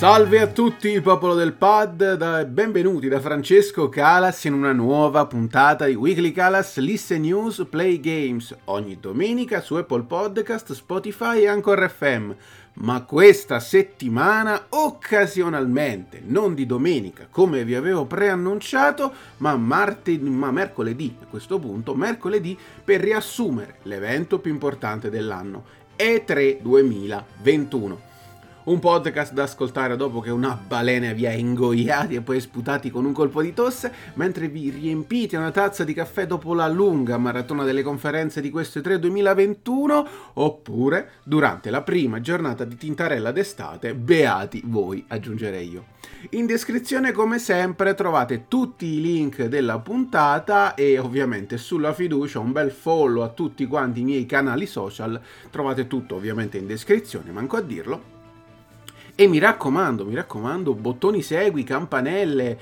Salve a tutti, popolo del pod, benvenuti da Francesco Calas in una nuova puntata di Weekly Calas Listen News Play Games, ogni domenica su Apple Podcast, Spotify e Anchor FM, ma questa settimana occasionalmente, non di domenica come vi avevo preannunciato, ma mercoledì, a questo punto mercoledì, per riassumere l'evento più importante dell'anno, E3 2021. Un podcast da ascoltare dopo che una balena vi ha ingoiati e poi sputati con un colpo di tosse, mentre vi riempite una tazza di caffè dopo la lunga maratona delle conferenze di questo E3 2021, oppure durante la prima giornata di Tintarella d'estate, beati voi, aggiungerei io. In descrizione, come sempre, trovate tutti i link della puntata e ovviamente sulla fiducia un bel follow a tutti quanti i miei canali social. Trovate tutto ovviamente in descrizione, manco a dirlo. E mi raccomando, bottoni segui, campanelle,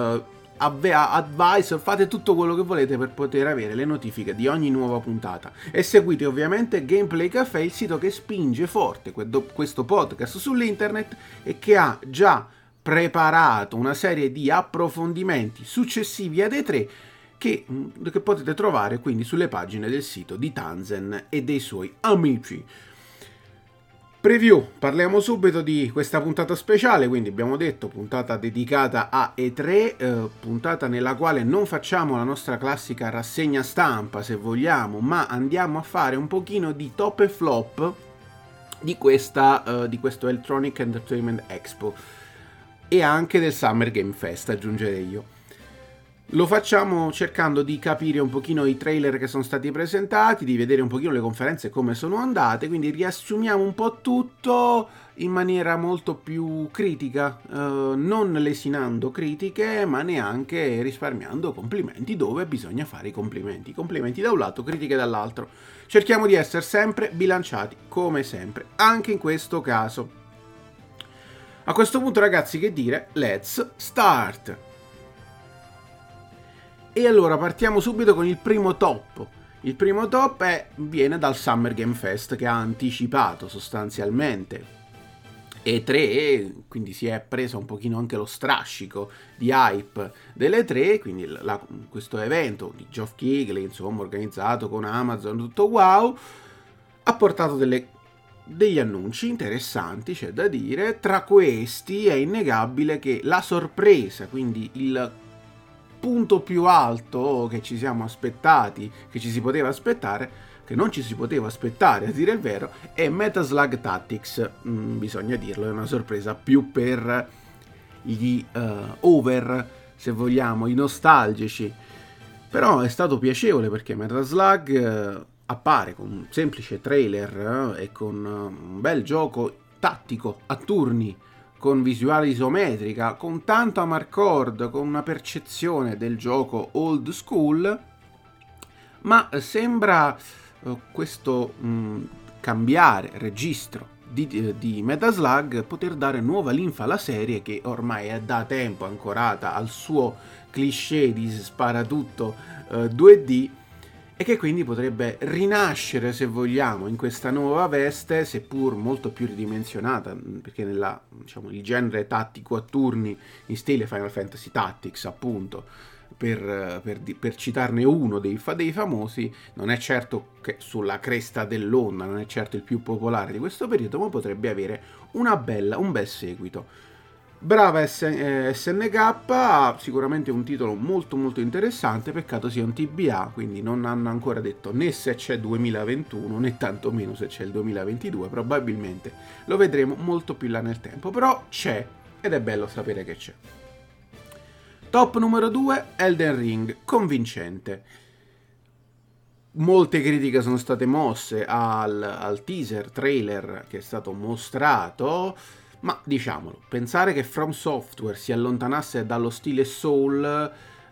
advisor, fate tutto quello che volete per poter avere le notifiche di ogni nuova puntata. E seguite ovviamente Gameplay Café, il sito che spinge forte questo podcast sull'internet e che ha già preparato una serie di approfondimenti successivi ad E3 che potete trovare quindi sulle pagine del sito di Tanzen e dei suoi amici. Preview, parliamo subito di questa puntata speciale, quindi abbiamo detto puntata dedicata a E3, puntata nella quale non facciamo la nostra classica rassegna stampa se vogliamo, ma andiamo a fare un pochino di top e flop di questo Electronic Entertainment Expo e anche del Summer Game Fest, aggiungerei io. Lo facciamo cercando di capire un pochino i trailer che sono stati presentati, di vedere un pochino le conferenze come sono andate, quindi riassumiamo un po' tutto in maniera molto più critica, non lesinando critiche, ma neanche risparmiando complimenti dove bisogna fare i complimenti. Complimenti da un lato, critiche dall'altro. Cerchiamo di essere sempre bilanciati, come sempre, anche in questo caso. A questo punto, ragazzi, che dire? Let's start! E allora partiamo subito con il primo top. Il primo top viene dal Summer Game Fest, che ha anticipato sostanzialmente E3, quindi si è preso un pochino anche lo strascico di hype delle 3, quindi questo evento di Geoff Keighley, insomma, organizzato con Amazon, tutto wow, ha portato degli annunci interessanti, c'è da dire. Tra questi è innegabile che la sorpresa, quindi il punto più alto che ci siamo aspettati, che ci si poteva aspettare, che non ci si poteva aspettare a dire il vero, è Metal Slug Tactics. Bisogna dirlo, è una sorpresa più per gli over, se vogliamo, i nostalgici, però è stato piacevole perché Metal Slug appare con un semplice trailer e con un bel gioco tattico a turni, con visuale isometrica, con tanto amarcord, con una percezione del gioco old school, ma sembra questo cambiare registro di Metal Slug poter dare nuova linfa alla serie, che ormai è da tempo ancorata al suo cliché di sparatutto 2D, e che quindi potrebbe rinascere, se vogliamo, in questa nuova veste, seppur molto più ridimensionata, perché il genere tattico a turni in stile Final Fantasy Tactics, appunto, per citarne uno dei famosi, non è certo che sulla cresta dell'onda, non è certo il più popolare di questo periodo, ma potrebbe avere un bel seguito. Brava SNK, ha sicuramente un titolo molto molto interessante, peccato sia un TBA, quindi non hanno ancora detto né se c'è 2021 né tantomeno se c'è il 2022, probabilmente lo vedremo molto più là nel tempo, però c'è ed è bello sapere che c'è. Top numero 2, Elden Ring, convincente. Molte critiche sono state mosse al teaser trailer che è stato mostrato, ma diciamolo, pensare che From Software si allontanasse dallo stile Souls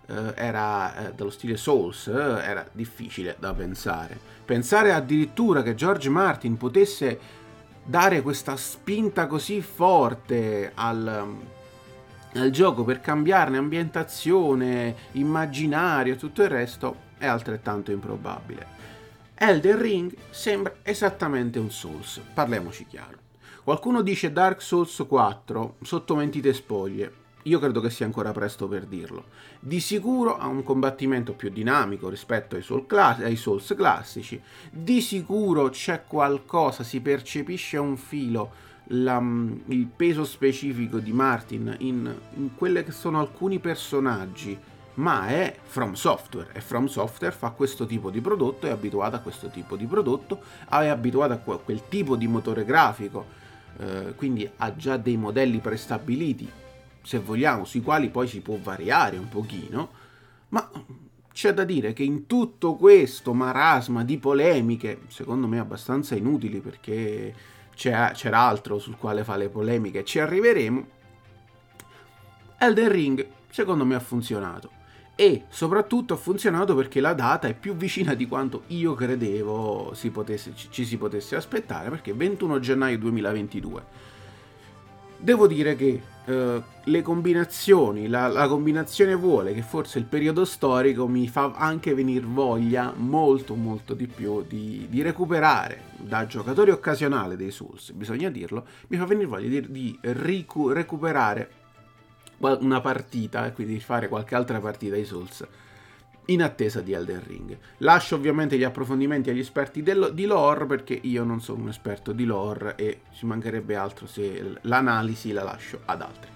era difficile da pensare. Pensare addirittura che George Martin potesse dare questa spinta così forte al gioco per cambiarne ambientazione, immaginario e tutto il resto è altrettanto improbabile. Elden Ring sembra esattamente un Souls, parliamoci chiaro. Qualcuno dice Dark Souls 4 sotto mentite spoglie. Io credo che sia ancora presto per dirlo. Di sicuro ha un combattimento più dinamico rispetto ai Souls classici. Di sicuro c'è qualcosa, si percepisce un filo il peso specifico di Martin in quelle che sono alcuni personaggi, ma è From Software, e From Software fa questo tipo di prodotto, è abituata a questo tipo di prodotto, è abituata a quel tipo di motore grafico, quindi ha già dei modelli prestabiliti, se vogliamo, sui quali poi si può variare un pochino, ma c'è da dire che in tutto questo marasma di polemiche, secondo me abbastanza inutili, perché c'era altro sul quale fare le polemiche, ci arriveremo, Elden Ring secondo me ha funzionato. E soprattutto ha funzionato perché la data è più vicina di quanto io credevo ci si potesse aspettare, perché 21 gennaio 2022. Devo dire che le combinazioni, la combinazione vuole che forse il periodo storico mi fa anche venire voglia molto molto di più di recuperare, da giocatore occasionale dei Souls, bisogna dirlo, mi fa venire voglia di recuperare una partita, e quindi fare qualche altra partita ai Souls in attesa di Elden Ring. Lascio ovviamente gli approfondimenti agli esperti di lore, perché io non sono un esperto di lore e ci mancherebbe altro se l'analisi la lascio ad altri.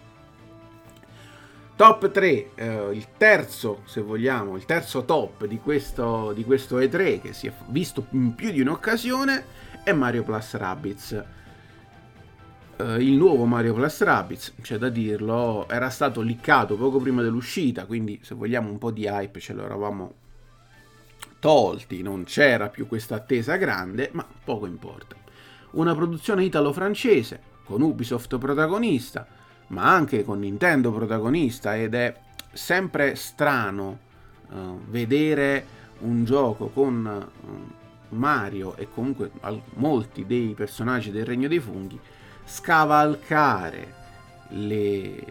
Top 3, il terzo, se vogliamo, il terzo top di questo E3 che si è visto in più di un'occasione è Mario Plus Rabbids. Il nuovo Mario Plus Rabbids, c'è da dirlo, era stato leakato poco prima dell'uscita, quindi se vogliamo un po' di hype ce lo eravamo tolti, non c'era più questa attesa grande, ma poco importa. Una produzione italo-francese, con Ubisoft protagonista, ma anche con Nintendo protagonista, ed è sempre strano vedere un gioco con Mario e comunque molti dei personaggi del Regno dei Funghi scavalcare i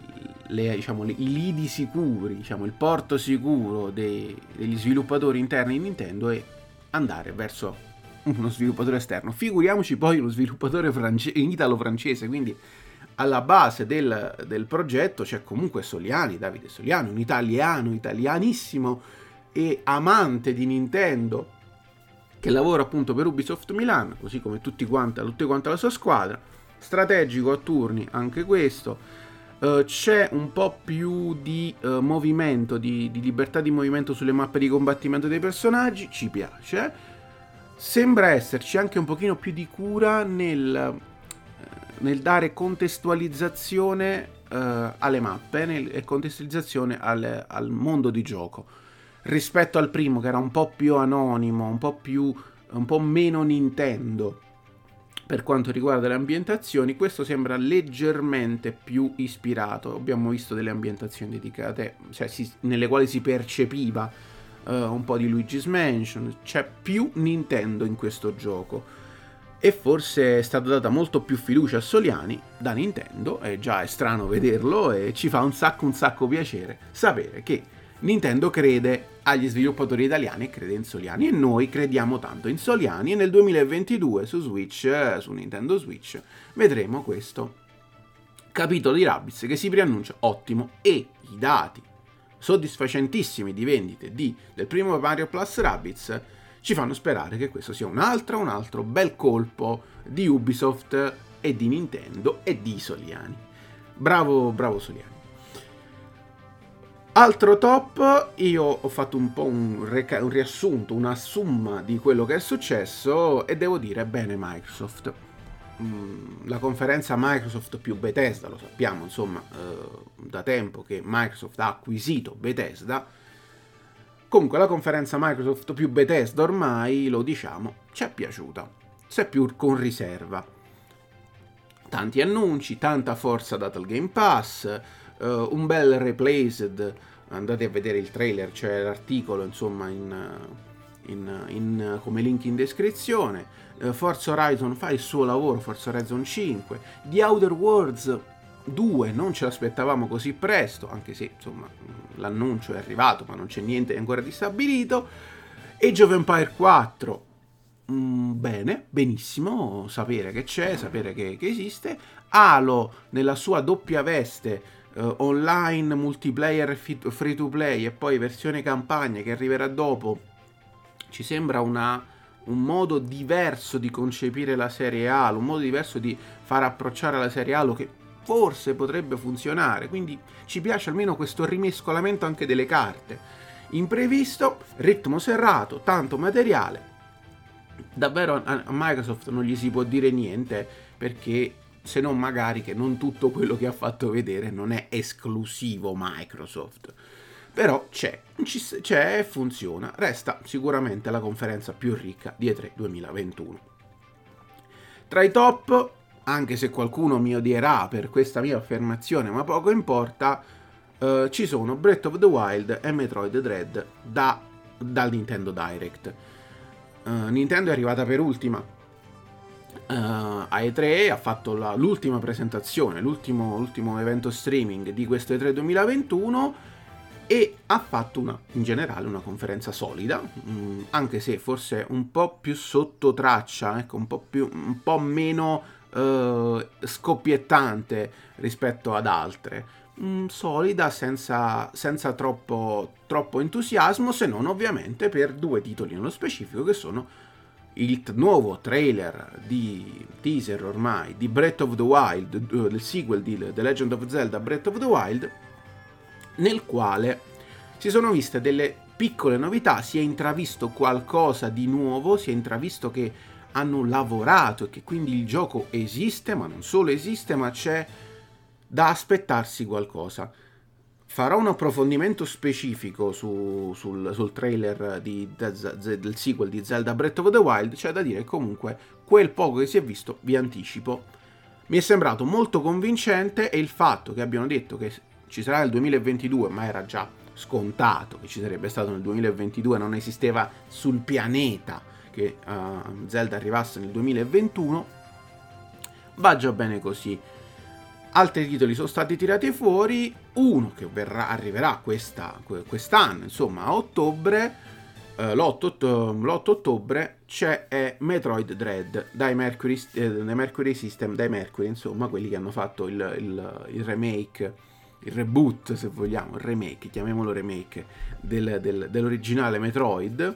lidi sicuri, diciamo, il porto sicuro degli sviluppatori interni di Nintendo e andare verso uno sviluppatore esterno. Figuriamoci poi uno sviluppatore italo-francese, quindi alla base del progetto c'è comunque Soliani, Davide Soliani, un italianissimo e amante di Nintendo, che lavora appunto per Ubisoft Milan, così come tutti quanta la sua squadra. Strategico a turni anche questo, c'è un po' più di movimento, di libertà di movimento sulle mappe di combattimento dei personaggi, ci piace. Sembra esserci anche un pochino più di cura nel dare contestualizzazione alle mappe e contestualizzazione al mondo di gioco, rispetto al primo che era un po' più anonimo, un po' meno Nintendo. Per quanto riguarda le ambientazioni, questo sembra leggermente più ispirato. Abbiamo visto delle ambientazioni dedicate, cioè nelle quali si percepiva un po' di Luigi's Mansion. C'è più Nintendo in questo gioco, e forse è stata data molto più fiducia a Soliani da Nintendo, e già è strano vederlo e ci fa un sacco piacere sapere che Nintendo crede agli sviluppatori italiani e crede in Soliani, e noi crediamo tanto in Soliani, e nel 2022 su Nintendo Switch vedremo questo capitolo di Rabbids che si preannuncia ottimo, e i dati soddisfacentissimi di vendite del primo Mario Plus Rabbids ci fanno sperare che questo sia un altro bel colpo di Ubisoft e di Nintendo e di Soliani. Bravo Soliani. Altro top, io ho fatto un po' un riassunto, una somma di quello che è successo, e devo dire bene Microsoft. La conferenza Microsoft più Bethesda, lo sappiamo, insomma, da tempo che Microsoft ha acquisito Bethesda. Comunque la conferenza Microsoft più Bethesda ormai, lo diciamo, ci è piaciuta, seppur con riserva. Tanti annunci, tanta forza data al Game Pass, un bel replaced, andate a vedere il trailer, c'è l'articolo insomma come link in descrizione. Forza Horizon fa il suo lavoro, Forza Horizon 5, The Outer Worlds 2 non ce l'aspettavamo così presto, anche se insomma l'annuncio è arrivato ma non c'è niente ancora di stabilito. Age of Empire 4 bene, benissimo, sapere che c'è, sapere che esiste. Halo nella sua doppia veste, online, multiplayer, free to play e poi versione campagna che arriverà dopo, ci sembra un modo diverso di concepire la serie Halo, un modo diverso di far approcciare la serie Halo che forse potrebbe funzionare, quindi ci piace almeno questo rimescolamento anche delle carte. Imprevisto, ritmo serrato, tanto materiale. Davvero a Microsoft non gli si può dire niente, perché se non magari che non tutto quello che ha fatto vedere non è esclusivo Microsoft. Però c'è e funziona. Resta sicuramente la conferenza più ricca di E3 2021. Tra i top, anche se qualcuno mi odierà per questa mia affermazione, ma poco importa, ci sono Breath of the Wild e Metroid Dread dal Nintendo Direct. Nintendo è arrivata per ultima a E3, ha fatto l'ultima presentazione, l'ultimo evento streaming di questo E3 2021 e ha fatto in generale una conferenza solida, anche se forse un po' più sotto traccia, ecco, un po' meno scoppiettante rispetto ad altre. Solida, senza troppo entusiasmo, se non ovviamente per due titoli nello specifico, che sono il nuovo trailer di teaser ormai di Breath of the Wild, del sequel di The Legend of Zelda Breath of the Wild, nel quale si sono viste delle piccole novità, si è intravisto qualcosa di nuovo, si è intravisto che hanno lavorato e che quindi il gioco esiste, ma non solo esiste, ma c'è da aspettarsi qualcosa. Farò un approfondimento specifico sul trailer del sequel di Zelda Breath of the Wild. C'è da dire comunque quel poco che si è visto, vi anticipo, mi è sembrato molto convincente, e il fatto che abbiano detto che ci sarà nel 2022, ma era già scontato che ci sarebbe stato nel 2022, non esisteva sul pianeta che Zelda arrivasse nel 2021, va già bene così. Altri titoli sono stati tirati fuori, uno che arriverà quest'anno, insomma a ottobre, l'8 ottobre, è Metroid Dread dai Mercury System, dai Mercury, insomma, quelli che hanno fatto il remake, il reboot se vogliamo, il remake, chiamiamolo remake, dell'originale Metroid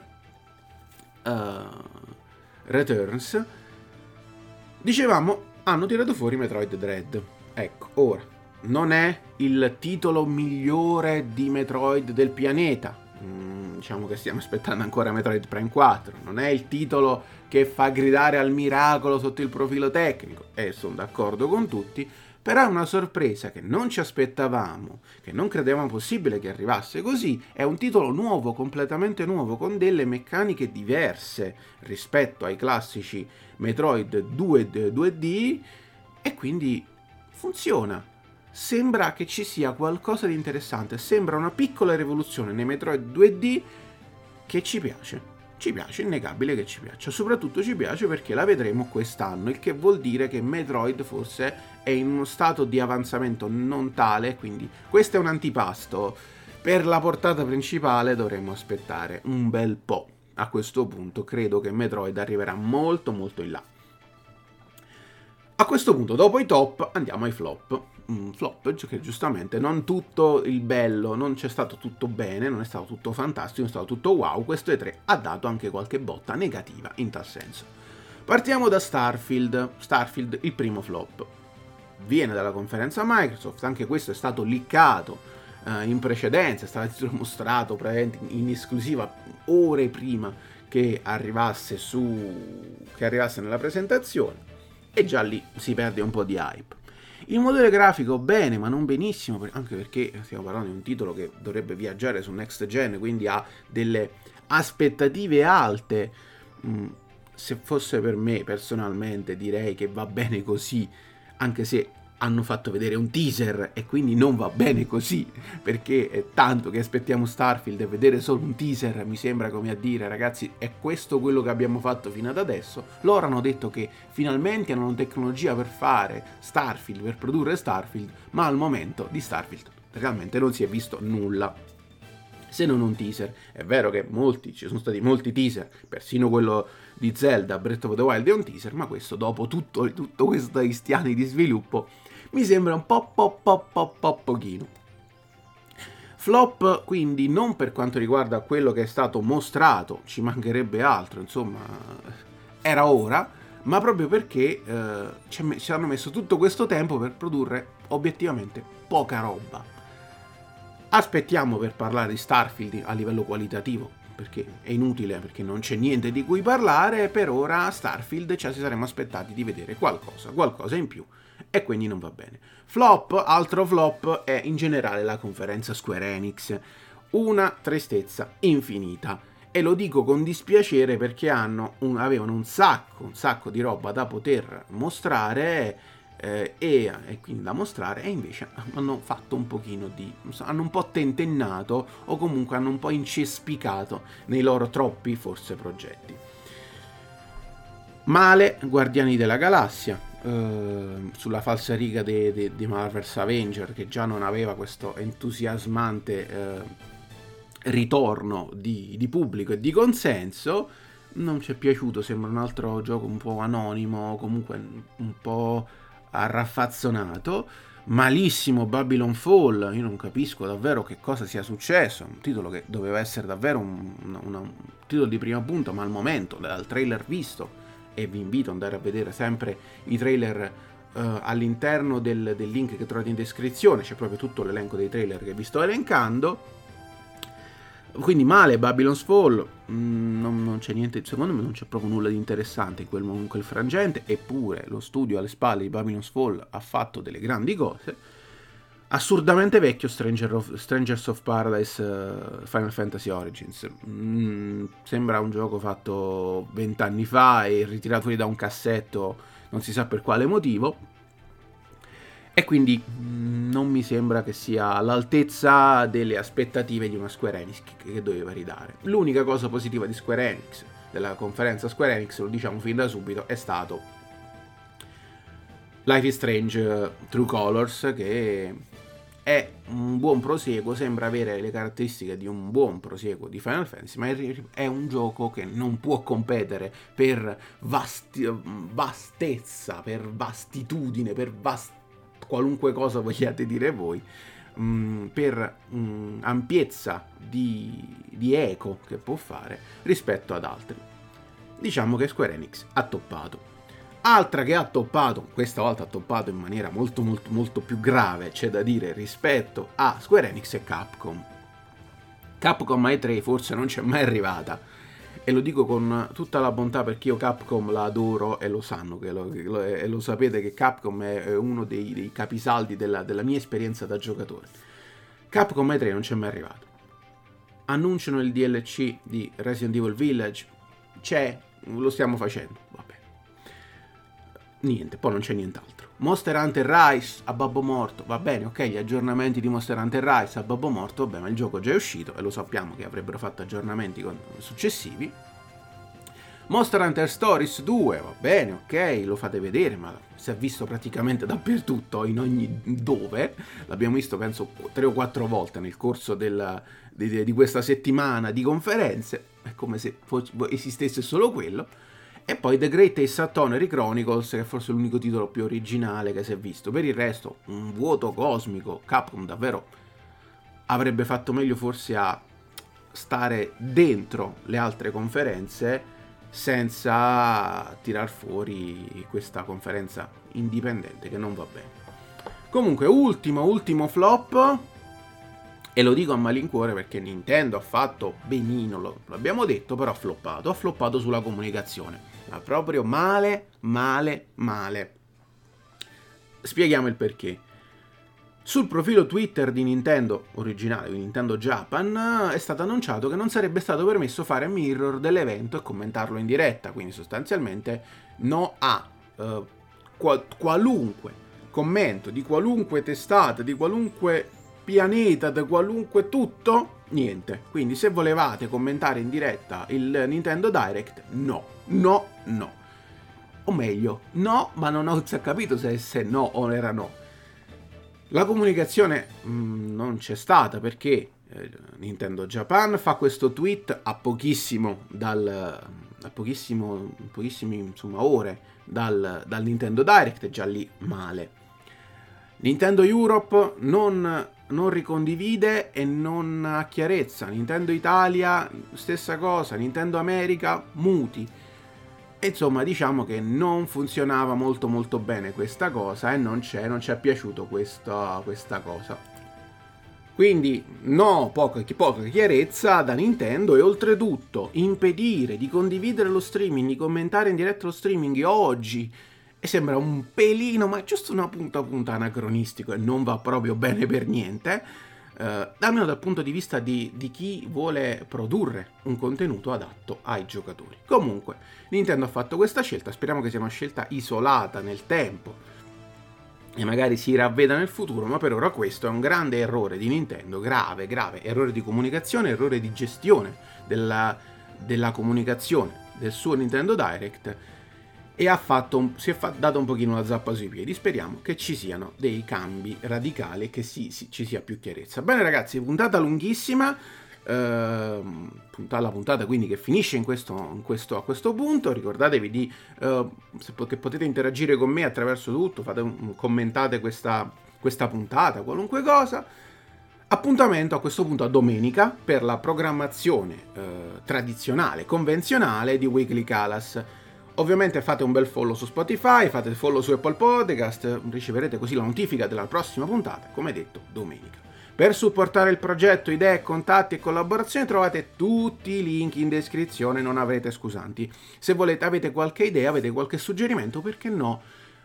Returns. Dicevamo, hanno tirato fuori Metroid Dread. Ecco, ora, non è il titolo migliore di Metroid del pianeta, diciamo che stiamo aspettando ancora Metroid Prime 4, non è il titolo che fa gridare al miracolo sotto il profilo tecnico, e sono d'accordo con tutti, però è una sorpresa che non ci aspettavamo, che non credevamo possibile che arrivasse così. È un titolo nuovo, completamente nuovo, con delle meccaniche diverse rispetto ai classici Metroid 2D, e quindi funziona. Sembra che ci sia qualcosa di interessante, sembra una piccola rivoluzione nei Metroid 2D che ci piace. Ci piace, innegabile che ci piaccia. Soprattutto ci piace perché la vedremo quest'anno, il che vuol dire che Metroid forse è in uno stato di avanzamento non tale, quindi questo è un antipasto. Per la portata principale dovremmo aspettare un bel po'. A questo punto credo che Metroid arriverà molto molto in là. A questo punto, dopo i top, andiamo ai flop. Flop, che giustamente non tutto il bello, non c'è stato tutto bene, non è stato tutto fantastico, non è stato tutto wow. Questo E3 ha dato anche qualche botta negativa in tal senso. Partiamo da Starfield. Starfield, il primo flop. Viene dalla conferenza Microsoft, anche questo è stato leakato in precedenza, è stato mostrato in esclusiva ore prima che arrivasse nella presentazione, e già lì si perde un po' di hype. Il modello grafico bene, ma non benissimo, anche perché stiamo parlando di un titolo che dovrebbe viaggiare su next gen, quindi ha delle aspettative alte. Se fosse per me personalmente direi che va bene così, anche se hanno fatto vedere un teaser e quindi non va bene così, perché è tanto che aspettiamo Starfield e vedere solo un teaser mi sembra come a dire: ragazzi, è questo quello che abbiamo fatto fino ad adesso. Loro hanno detto che finalmente hanno tecnologia per fare Starfield, per produrre Starfield, ma al momento di Starfield realmente non si è visto nulla. se non un teaser. È vero che ci sono stati molti teaser, persino quello di Zelda Breath of the Wild è un teaser, ma questo dopo tutto questi anni di sviluppo mi sembra un po' pochino. Flop quindi non per quanto riguarda quello che è stato mostrato, ci mancherebbe altro, insomma era ora, ma proprio perché ci hanno messo tutto questo tempo per produrre obiettivamente poca roba. Aspettiamo per parlare di Starfield a livello qualitativo, perché è inutile, perché non c'è niente di cui parlare. Per ora Starfield ci saremmo aspettati di vedere qualcosa in più, e quindi non va bene. Altro flop è in generale la conferenza Square Enix, una tristezza infinita, e lo dico con dispiacere perché avevano un sacco di roba da poter mostrare e quindi da mostrare, e invece hanno fatto hanno un po' tentennato, o comunque hanno un po' incespicato nei loro troppi forse progetti. Male Guardiani della Galassia, sulla falsariga di Marvel's Avenger, che già non aveva questo entusiasmante ritorno di pubblico e di consenso. Non ci è piaciuto, sembra un altro gioco un po' anonimo, comunque un po' arraffazzonato. Malissimo Babylon Fall, io non capisco davvero che cosa sia successo, un titolo che doveva essere davvero un titolo di primo punto, ma al momento, dal trailer visto, e vi invito ad andare a vedere sempre i trailer all'interno del link che trovate in descrizione, c'è proprio tutto l'elenco dei trailer che vi sto elencando. Quindi male Babylon's Fall, non c'è niente, secondo me non c'è proprio nulla di interessante in quel frangente, eppure lo studio alle spalle di Babylon's Fall ha fatto delle grandi cose. Assurdamente vecchio Strangers of Paradise Final Fantasy Origins, sembra un gioco fatto 20 anni fa e ritirato fuori da un cassetto non si sa per quale motivo, e quindi non mi sembra che sia all'altezza delle aspettative di una Square Enix che doveva ridare. L'unica cosa positiva di Square Enix, della conferenza Square Enix, lo diciamo fin da subito, è stato Life is Strange True Colors, che è un buon proseguo, sembra avere le caratteristiche di un buon proseguo di Final Fantasy, ma è un gioco che non può competere per vastezza, per vastitudine, per qualunque cosa vogliate dire voi, per ampiezza di eco che può fare rispetto ad altri. Diciamo che Square Enix ha toppato. Altra che ha toppato, questa volta ha toppato in maniera molto più grave, c'è da dire, rispetto a Square Enix, è Capcom. Capcom a E3 forse non c'è mai arrivata, e lo dico con tutta la bontà perché io Capcom la adoro, e lo sanno, e lo sapete che Capcom è uno dei capisaldi della mia esperienza da giocatore. Capcom E3 non c'è mai arrivato. Annunciano il DLC di Resident Evil Village, lo stiamo facendo, vabbè. Niente, poi non c'è nient'altro. Monster Hunter Rise a babbo morto, va bene, ok, gli aggiornamenti di Monster Hunter Rise a babbo morto, vabbè, ma il gioco già è uscito e lo sappiamo che avrebbero fatto aggiornamenti successivi. Monster Hunter Stories 2, va bene, ok, lo fate vedere, ma si è visto praticamente dappertutto, in ogni dove. L'abbiamo visto penso 3 o 4 volte nel corso di questa settimana di conferenze, è come se esistesse solo quello. E poi The Great Ace Attorney Chronicles, che è forse l'unico titolo più originale che si è visto. Per il resto, un vuoto cosmico. Capcom davvero avrebbe fatto meglio forse a stare dentro le altre conferenze senza tirar fuori questa conferenza indipendente che non va bene. Comunque, ultimo flop, e lo dico a malincuore perché Nintendo ha fatto benino, l'abbiamo detto, però ha floppato sulla comunicazione. Ma proprio male. Spieghiamo il perché. Sul profilo Twitter di Nintendo originale, di Nintendo Japan, è stato annunciato che non sarebbe stato permesso fare mirror dell'evento e commentarlo in diretta, quindi sostanzialmente no a qualunque commento di qualunque testata, di qualunque pianeta, di qualunque tutto, niente. Quindi se volevate commentare in diretta il Nintendo Direct, no. O meglio, no, ma non ho capito se no o era no. La comunicazione non c'è stata perché Nintendo Japan fa questo tweet a pochissime insomma, ore dal Nintendo Direct, già lì male. Nintendo Europe non ricondivide e non ha chiarezza. Nintendo Italia stessa cosa, Nintendo America muti. E insomma, diciamo che non funzionava molto bene questa cosa e non ci è piaciuto questa cosa. Quindi poca chiarezza da Nintendo, e oltretutto impedire di condividere lo streaming, di commentare in diretta lo streaming oggi, e sembra un pelino, ma giusto una punta anacronistico, e non va proprio bene per niente, almeno dal punto di vista di chi vuole produrre un contenuto adatto ai giocatori. Comunque, Nintendo ha fatto questa scelta, speriamo che sia una scelta isolata nel tempo e magari si ravveda nel futuro, ma per ora questo è un grande errore di Nintendo, grave, errore di comunicazione, errore di gestione della comunicazione del suo Nintendo Direct, e si è dato un pochino la zappa sui piedi. Speriamo che ci siano dei cambi radicali e che ci sia più chiarezza. Bene ragazzi, puntata lunghissima, la puntata quindi che finisce a questo punto. Ricordatevi che potete interagire con me attraverso tutto, commentate questa puntata, qualunque cosa. Appuntamento a questo punto a domenica per la programmazione tradizionale, convenzionale di Weekly Kalas. Ovviamente fate un bel follow su Spotify, fate follow su Apple Podcast, riceverete così la notifica della prossima puntata, come detto, domenica. Per supportare il progetto, idee, contatti e collaborazioni trovate tutti i link in descrizione, non avrete scusanti. Se avete qualche idea, avete qualche suggerimento, perché no,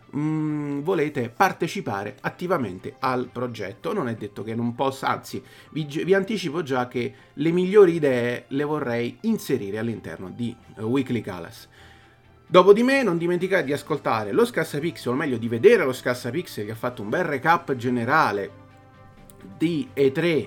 volete partecipare attivamente al progetto, non è detto che non possa, anzi vi anticipo già che le migliori idee le vorrei inserire all'interno di Weekly Kalas. Dopo di me non dimenticate di ascoltare lo Scassapixel, o meglio di vedere lo Scassapixel, che ha fatto un bel recap generale di E3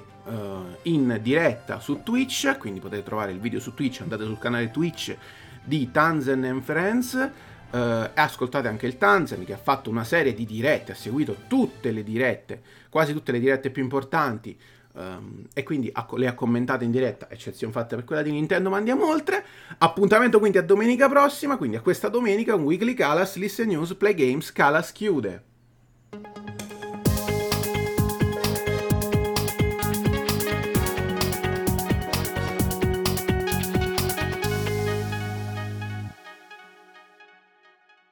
in diretta su Twitch, quindi potete trovare il video su Twitch, andate sul canale Twitch di Tanzen and Friends e ascoltate anche il Tanzen, che ha fatto una serie di dirette, ha seguito tutte le dirette, quasi tutte le dirette più importanti, e quindi le ha commentate in diretta, eccezione fatta per quella di Nintendo, ma andiamo oltre. Appuntamento quindi a domenica prossima, quindi a questa domenica un Weekly Kalas, Listen News, Play Games, Kalas chiude.